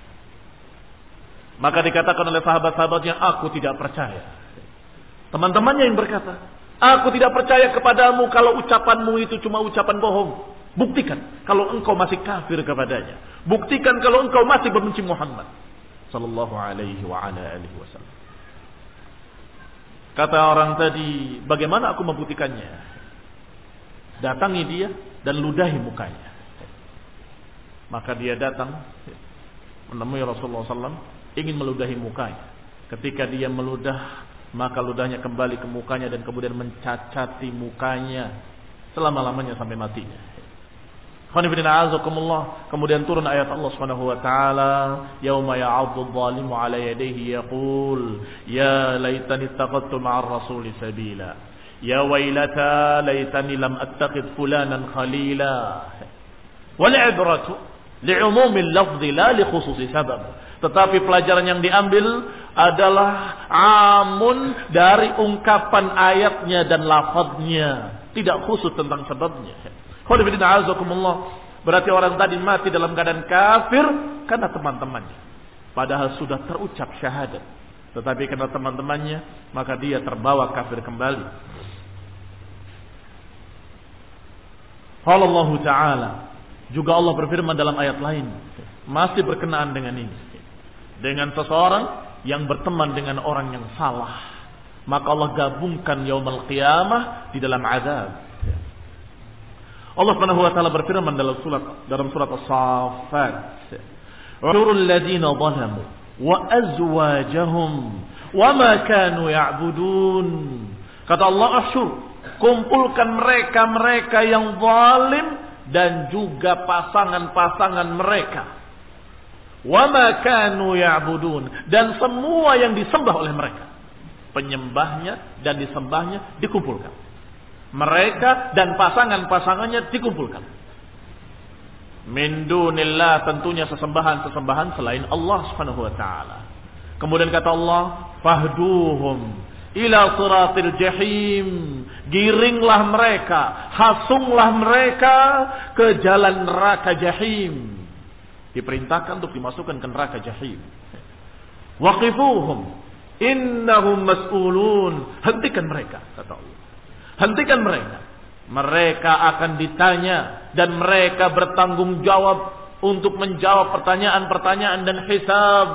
Maka dikatakan oleh sahabat-sahabatnya, aku tidak percaya. Teman-temannya yang berkata, aku tidak percaya kepadamu kalau ucapanmu itu cuma ucapan bohong. Buktikan kalau engkau masih kafir kepadanya. Buktikan kalau engkau masih membenci Muhammad sallallahu alaihi wa ala alihi wasallam. Kata orang tadi, bagaimana aku membuktikannya? Datangi dia dan ludahi mukanya. Maka dia datang menemui Rasulullah SAW, ingin meludahi mukanya. Ketika dia meludah, maka ludahnya kembali ke mukanya dan kemudian mencacati mukanya selama-lamanya sampai matinya. Kemudian turun ayat Allah Subhanahu wa taala, yauma ya'addu adh-dhalimu 'ala yadayhi yaqul ya laitani ittakhadtu ma'ar rasuli sabila ya wailata laitani lam attakhidh fulanan khalila. Wal 'ibratu li'umumil lafzi la li khususi sabab. Tetapi pelajaran yang diambil adalah amun dari ungkapan ayatnya dan lafadznya, tidak khusus tentang sebabnya. Berarti orang tadi mati dalam keadaan kafir karena teman-temannya, padahal sudah terucap syahadat, tetapi karena teman-temannya maka dia terbawa kafir kembali. Allah Ta'ala juga Allah berfirman dalam ayat lain, masih berkenaan dengan ini, dengan seseorang yang berteman dengan orang yang salah, maka Allah gabungkan yaumul qiyamah di dalam azab. Allah Subhanahu wa taala berfirman dalam surat As-Saffat, "Urul ladzina zalamu wa azwajuhum wa ma kanu ya'budun." Kata Allah, "Asyur, kumpulkan mereka yang zalim dan juga pasangan-pasangan mereka. Wa ma kanu ya'budun, dan semua yang disembah oleh mereka. Penyembahnya dan disembahnya dikumpulkan. Mereka dan pasangan-pasangannya dikumpulkan. Min dunillah, tentunya sesembahan-sesembahan selain Allah Subhanahu wa taala. Kemudian kata Allah, fahduhum ila siratil jahim. Giringlah mereka, hasunglah mereka ke jalan neraka jahim. Diperintahkan untuk dimasukkan ke neraka jahim. Waqifuhum innahum mas'ulun. Hentikan mereka, kata Allah. Hentikan mereka. Mereka akan ditanya dan mereka bertanggung jawab untuk menjawab pertanyaan-pertanyaan dan hisab.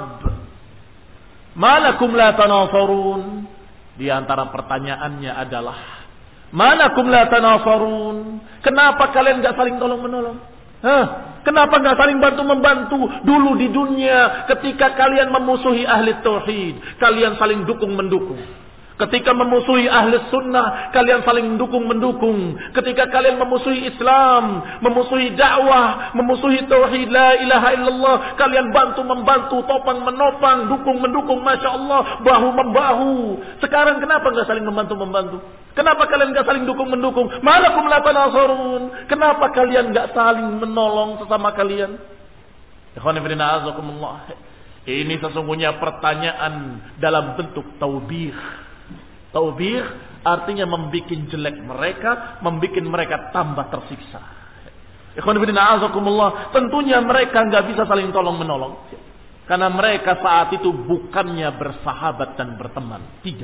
Malakum la tanasarun? Di antara pertanyaannya adalah, malakum la tanasarun? Kenapa kalian enggak saling tolong-menolong? Kenapa enggak saling bantu-membantu? Dulu di dunia ketika kalian memusuhi ahli tauhid, kalian saling dukung-mendukung. Ketika memusuhi ahli sunnah, kalian saling mendukung-mendukung. Ketika kalian memusuhi Islam, memusuhi dakwah, memusuhi tauhid la ilaha illallah, kalian bantu-membantu, topang-menopang, dukung-mendukung, Masya Allah, bahu-membahu. Sekarang kenapa enggak saling membantu-membantu? Kenapa kalian enggak saling dukung-mendukung? Malakum la tanasarun? Kenapa kalian enggak saling menolong sesama kalian? Ikhwan fillah, azakumullah. Ini sesungguhnya pertanyaan dalam bentuk taubih. Taubih artinya membuat jelek mereka, membuat mereka tambah tersiksa. Ikhwan fillah, azakumullah. Tentunya mereka enggak bisa saling tolong-menolong. Karena mereka saat itu bukannya bersahabat dan berteman.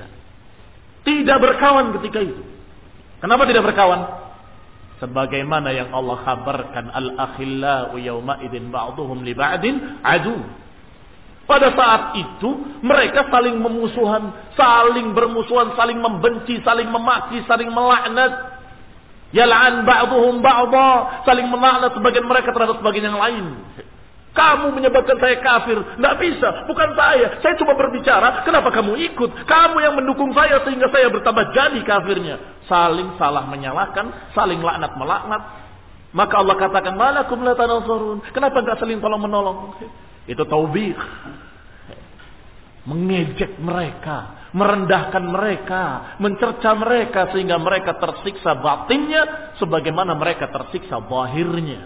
Tidak berkawan ketika itu. Kenapa tidak berkawan? Sebagaimana yang Allah kabarkan, al-akhillau yawma idzin ba'dhum li ba'din adu. Pada saat itu mereka saling memusuhan, saling bermusuhan, saling membenci, saling memaki, saling melaknat. Yal'an ba'dhum ba'dha, saling melaknat sebagian mereka terhadap sebagian yang lain. Kamu menyebabkan saya kafir. Tidak bisa, bukan saya. Saya cuma berbicara, kenapa kamu ikut? Kamu yang mendukung saya sehingga saya bertambah jadi kafirnya. Saling salah menyalahkan, saling laknat melaknat. Maka Allah katakan, malakum la tanasarun? Kenapa enggak saling tolong menolong? Itu taubih. mengejek mereka, merendahkan mereka, mencerca mereka sehingga mereka tersiksa batinnya sebagaimana mereka tersiksa zahirnya.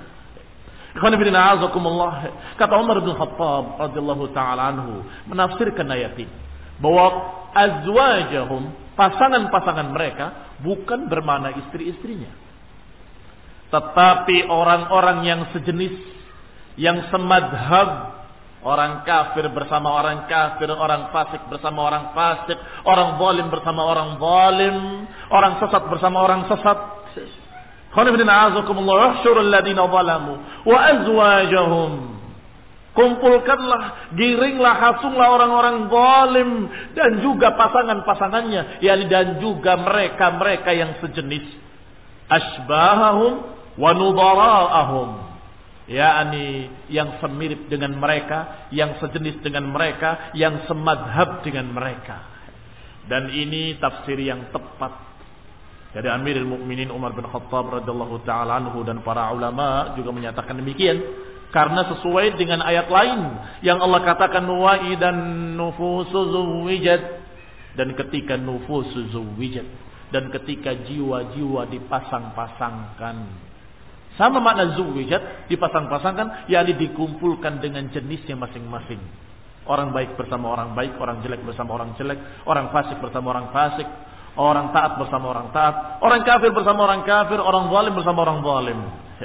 Kata Umar bin Khattab radhiyallahu taala anhu menafsirkan ayat ini bahwa azwajahum, pasangan-pasangan mereka bukan bermakna istri-istrinya, tetapi orang-orang yang sejenis, yang semadhab. Orang kafir bersama orang kafir, orang fasik bersama orang fasik, orang zalim bersama orang zalim, orang sesat bersama orang sesat. Wa azwajahum. Kumpulkanlah, giringlah, hasunglah orang-orang zalim dan juga pasangan-pasangannya, yakni dan juga mereka-mereka yang sejenis. Asbahahum wa nudara'ahum. yakni yang semirip dengan mereka, yang sejenis dengan mereka, yang semadhab dengan mereka. Dan ini tafsir yang tepat dari Amirul Mukminin Umar bin Khattab radhiyallahu taala anhu, dan para ulama juga menyatakan demikian karena sesuai dengan ayat lain yang Allah katakan wa idan nufusu zuwijat, dan ketika nufusu zuwijat, dan ketika jiwa-jiwa dipasang-pasangkan. Sama makna zuwijat, dipasang-pasangkan, yakni dikumpulkan dengan jenisnya masing-masing. Orang baik bersama orang baik, orang jelek bersama orang jelek, orang fasik bersama orang fasik, orang taat bersama orang taat, orang kafir bersama orang kafir, orang zalim bersama orang zalim.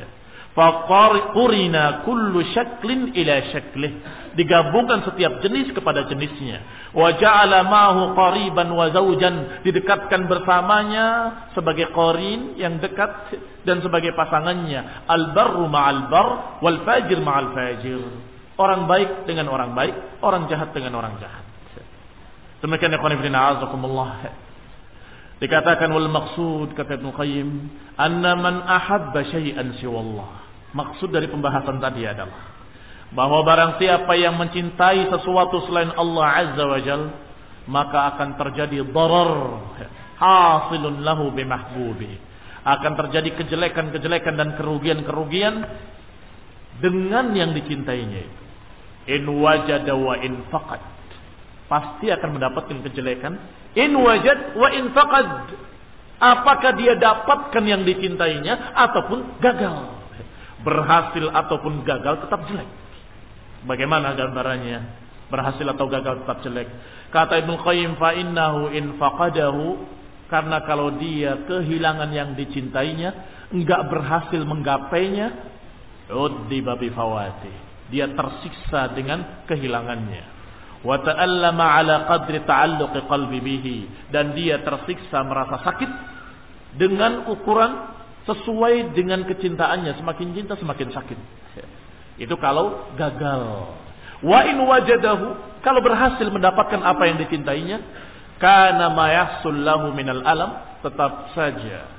Faqurina kullu syaklin ila syaklih, digabungkan setiap jenis kepada jenisnya. Wa ja'ala ma'hu qariban wa zawjan, didekatkan bersamanya sebagai qarin yang dekat dan sebagai pasangannya. Al-barru ma'al bar wal fajir ma'al fajir. Orang baik dengan orang baik, orang jahat dengan orang jahat. Demikian ikhwan fillah azakumullah. Dikatakan wal maqsud, kata Ibnu Qayyim, anna man ahabba syai'an siwallah. Maksud dari pembahasan tadi adalah bahwa barang siapa yang mencintai sesuatu selain Allah Azza wa Jal, maka akan terjadi darar hasilun lahu bimahbubi. Akan terjadi kejelekan-kejelekan dan kerugian-kerugian dengan yang dicintainya itu. In wajada wa in faqad, pasti akan mendapatkan kejelekan. In wajad wa in faqad, apakah dia dapatkan yang dicintainya ataupun gagal, berhasil ataupun gagal tetap jelek. Bagaimana gambarannya? Berhasil atau gagal tetap jelek. Kata Ibnu Qayyim, fa innahu in faqadahu, karena kalau dia kehilangan yang dicintainya, enggak berhasil menggapainya, uddiba bi fawati, dia tersiksa dengan kehilangannya. Wa ta'allama ala qadri ta'alluqi qalbi bihi, dan dia tersiksa merasa sakit dengan ukuran sesuai dengan kecintaannya. Semakin cinta semakin sakit. Itu kalau gagal. Wa in wajadahu, kalau berhasil mendapatkan apa yang dicintainya, kana ma yahsul lahu minal alam, tetap saja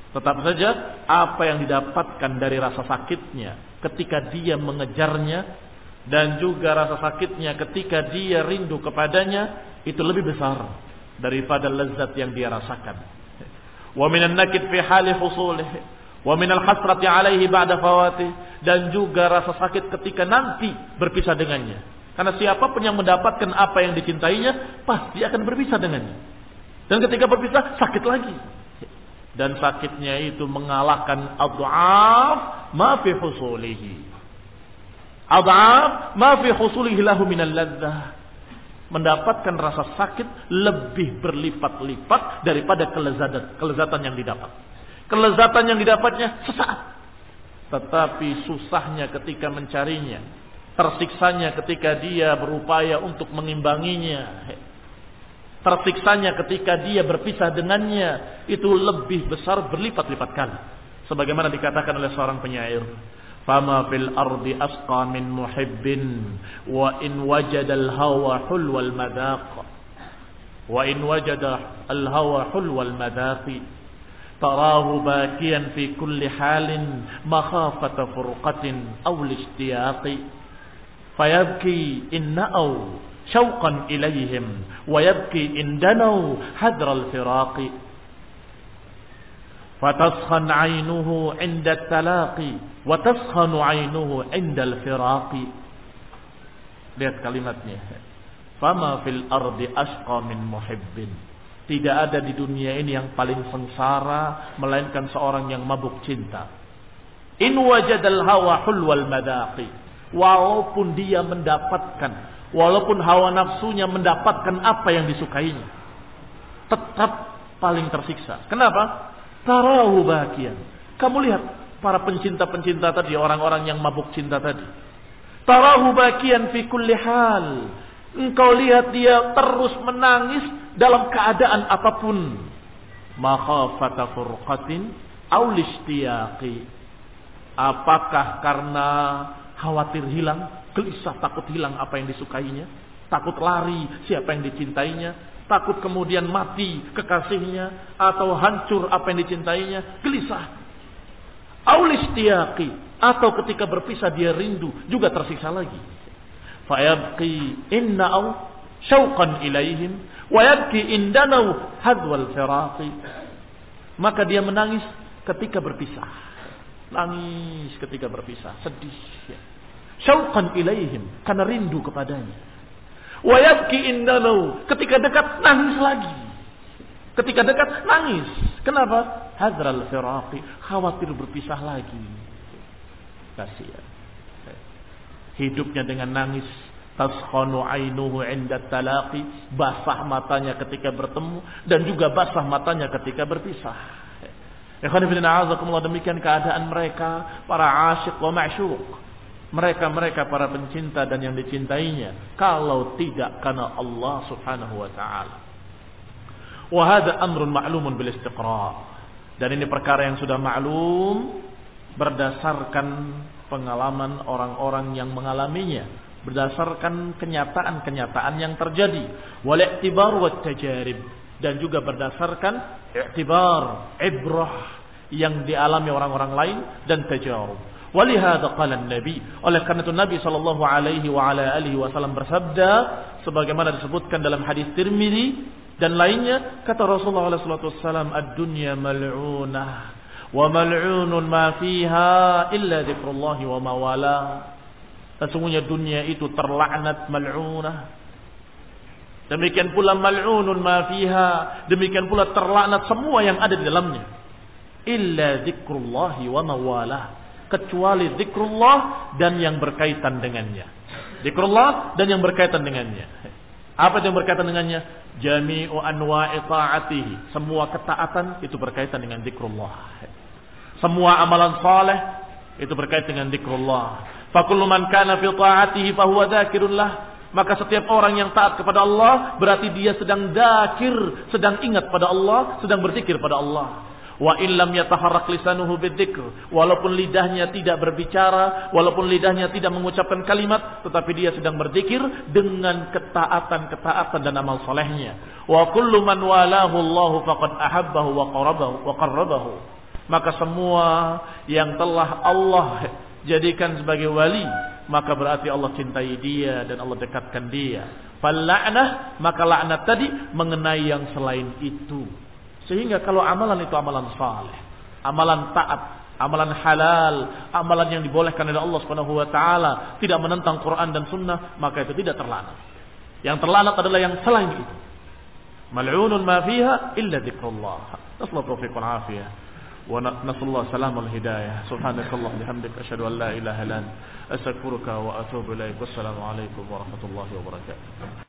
apa yang didapatkan dari rasa sakitnya ketika dia mengejarnya, dan juga rasa sakitnya ketika dia rindu kepadanya, itu lebih besar daripada lezat yang dia rasakan. Wa minan nakid fi hali husulih wa minal hasrati alaihi ba'da fawatih, dan juga rasa sakit ketika nanti berpisah dengannya. Karena siapapun yang mendapatkan apa yang dicintainya pasti akan berpisah dengannya. Dan ketika berpisah sakit lagi. Dan sakitnya itu mengalahkan adhaf ma fi husulihi. Adhaf ma fi husulihi lahu minal ladzah. Mendapatkan rasa sakit lebih berlipat-lipat daripada kelezatan yang didapat. Kelezatan yang didapatnya sesaat, tetapi susahnya ketika mencarinya, tersiksanya ketika dia berupaya untuk mengimbanginya, tersiksanya ketika dia berpisah dengannya, itu lebih besar berlipat-lipat kali. Sebagaimana dikatakan oleh seorang penyair, fama fil ardi asqa min muhibbin wa in wajada al hawa hulwal madaq, wa in wajada al hawa hulwal madaqi tarahu bakiyan fi kulli halin makhafata furqatin aw lishtiyaqi fayabki in na'aw shawqan ilayhim wa yabki in danaw hadra al-firaqi fataskhan 'aynuhu 'inda at-talaqi wa taskhanu 'aynuhu 'inda al-firaqi. Lihat kalimatnya. Fama fil ardi ashqa min muhibbin. Tidak ada di dunia ini yang paling sengsara melainkan seorang yang mabuk cinta. In wajadal hawa hulwal madaqi. Walaupun dia mendapatkan, walaupun hawa nafsunya mendapatkan apa yang disukainya, tetap paling tersiksa. Kenapa? Tarahu bakian. Kamu lihat para pencinta-pencinta tadi, orang-orang yang mabuk cinta tadi. Tarahu bakian fi kulli hal. Engkau lihat dia terus menangis dalam keadaan apapun. Makhafata furqatin aw lishtiyaqi. Apakah karena khawatir hilang, gelisah, takut hilang apa yang disukainya, takut lari siapa yang dicintainya, takut kemudian mati kekasihnya, atau hancur apa yang dicintainya, gelisah. Aw lishtiyaqi, atau ketika berpisah dia rindu, juga tersiksa lagi. Fayabqi inna'u syauqan ilaihim wa yabki indanau hadwal firaqi. Maka dia menangis ketika berpisah. Nangis ketika berpisah, sedih. Syauqan ilaihim, karena rindu kepadanya. Wa yabki indanau, ketika dekat nangis lagi. Ketika dekat nangis. Kenapa? Hadral firaqi, khawatir berpisah lagi. Kasihan. Hidupnya dengan nangis. Taskhanu ainuhu 'inda talaqi, basah matanya ketika bertemu dan juga basah matanya ketika berpisah. Ikhwan fillah, a'azakumullah, demikian keadaan mereka para asyik wa ma'syuq. Mereka para pencinta dan yang dicintainya, kalau tidak karena Allah Subhanahu wa taala. Wa hadha amrun ma'lumun bil istiqra'. Dan ini perkara yang sudah maklum berdasarkan pengalaman orang-orang yang mengalaminya, berdasarkan kenyataan-kenyataan yang terjadi, wal i'tibar wat tajarib, dan juga berdasarkan i'tibar, ibrah yang dialami orang-orang lain dan tajarub. Walihada qala an-nabi, oleh karena itu Nabi sallallahu alaihi wa ala alihi wasallam bersabda sebagaimana disebutkan dalam hadis Tirmizi dan lainnya, kata Rasulullah sallallahu alaihi wasallam, ad-dunya mal'unah wa mal'unun ma fiha illa dzikrullah wa ma wala. Sesungguhnya dunia itu terlaknat, mal'unah. Demikian pula mal'unun ma fiha, demikian pula terlaknat semua yang ada di dalamnya. Illa dzikrullah wa mawalah, kecuali zikrullah dan yang berkaitan dengannya. Zikrullah dan yang berkaitan dengannya. Apa yang berkaitan dengannya? Jami'u anwa'i ta'atihi, semua ketaatan itu berkaitan dengan zikrullah. Semua amalan saleh itu berkaitan dengan zikrullah. Fa kullu man kana fi ta'atihi fa huwa dzakirun lah. Maka setiap orang yang taat kepada Allah berarti dia sedang dzakir, sedang ingat pada Allah, sedang berzikir pada Allah. Wa illam yataharrak lisanuhu bidzikr, walaupun lidahnya tidak berbicara, walaupun lidahnya tidak mengucapkan kalimat, tetapi dia sedang berzikir dengan ketaatan dan amal solehnya. Wa kullu man walahu Allah faqad ahabbahu wa qarrabahu. Maka semua yang telah Allah jadikan sebagai wali, maka berarti Allah cintai dia dan Allah dekatkan dia. Fal-la'nah, maka laknat tadi mengenai yang selain itu. Sehingga kalau amalan itu amalan saleh, amalan taat, amalan halal, amalan yang dibolehkan oleh Allah Subhanahu wa taala, tidak menentang Quran dan sunnah, maka itu tidak terlaknat. Yang terlaknat adalah yang selain itu. Mal'unun ma fiha illa dzikrullah. Nasallahu taufiq wal afiyah. ونسأل الله السلام والهداية. سبحانك اللهم وبحمدك أشهد أن لا إله إلا أنت أستغفرك وأتوب إليك. والسلام عليكم ورحمة الله وبركاته.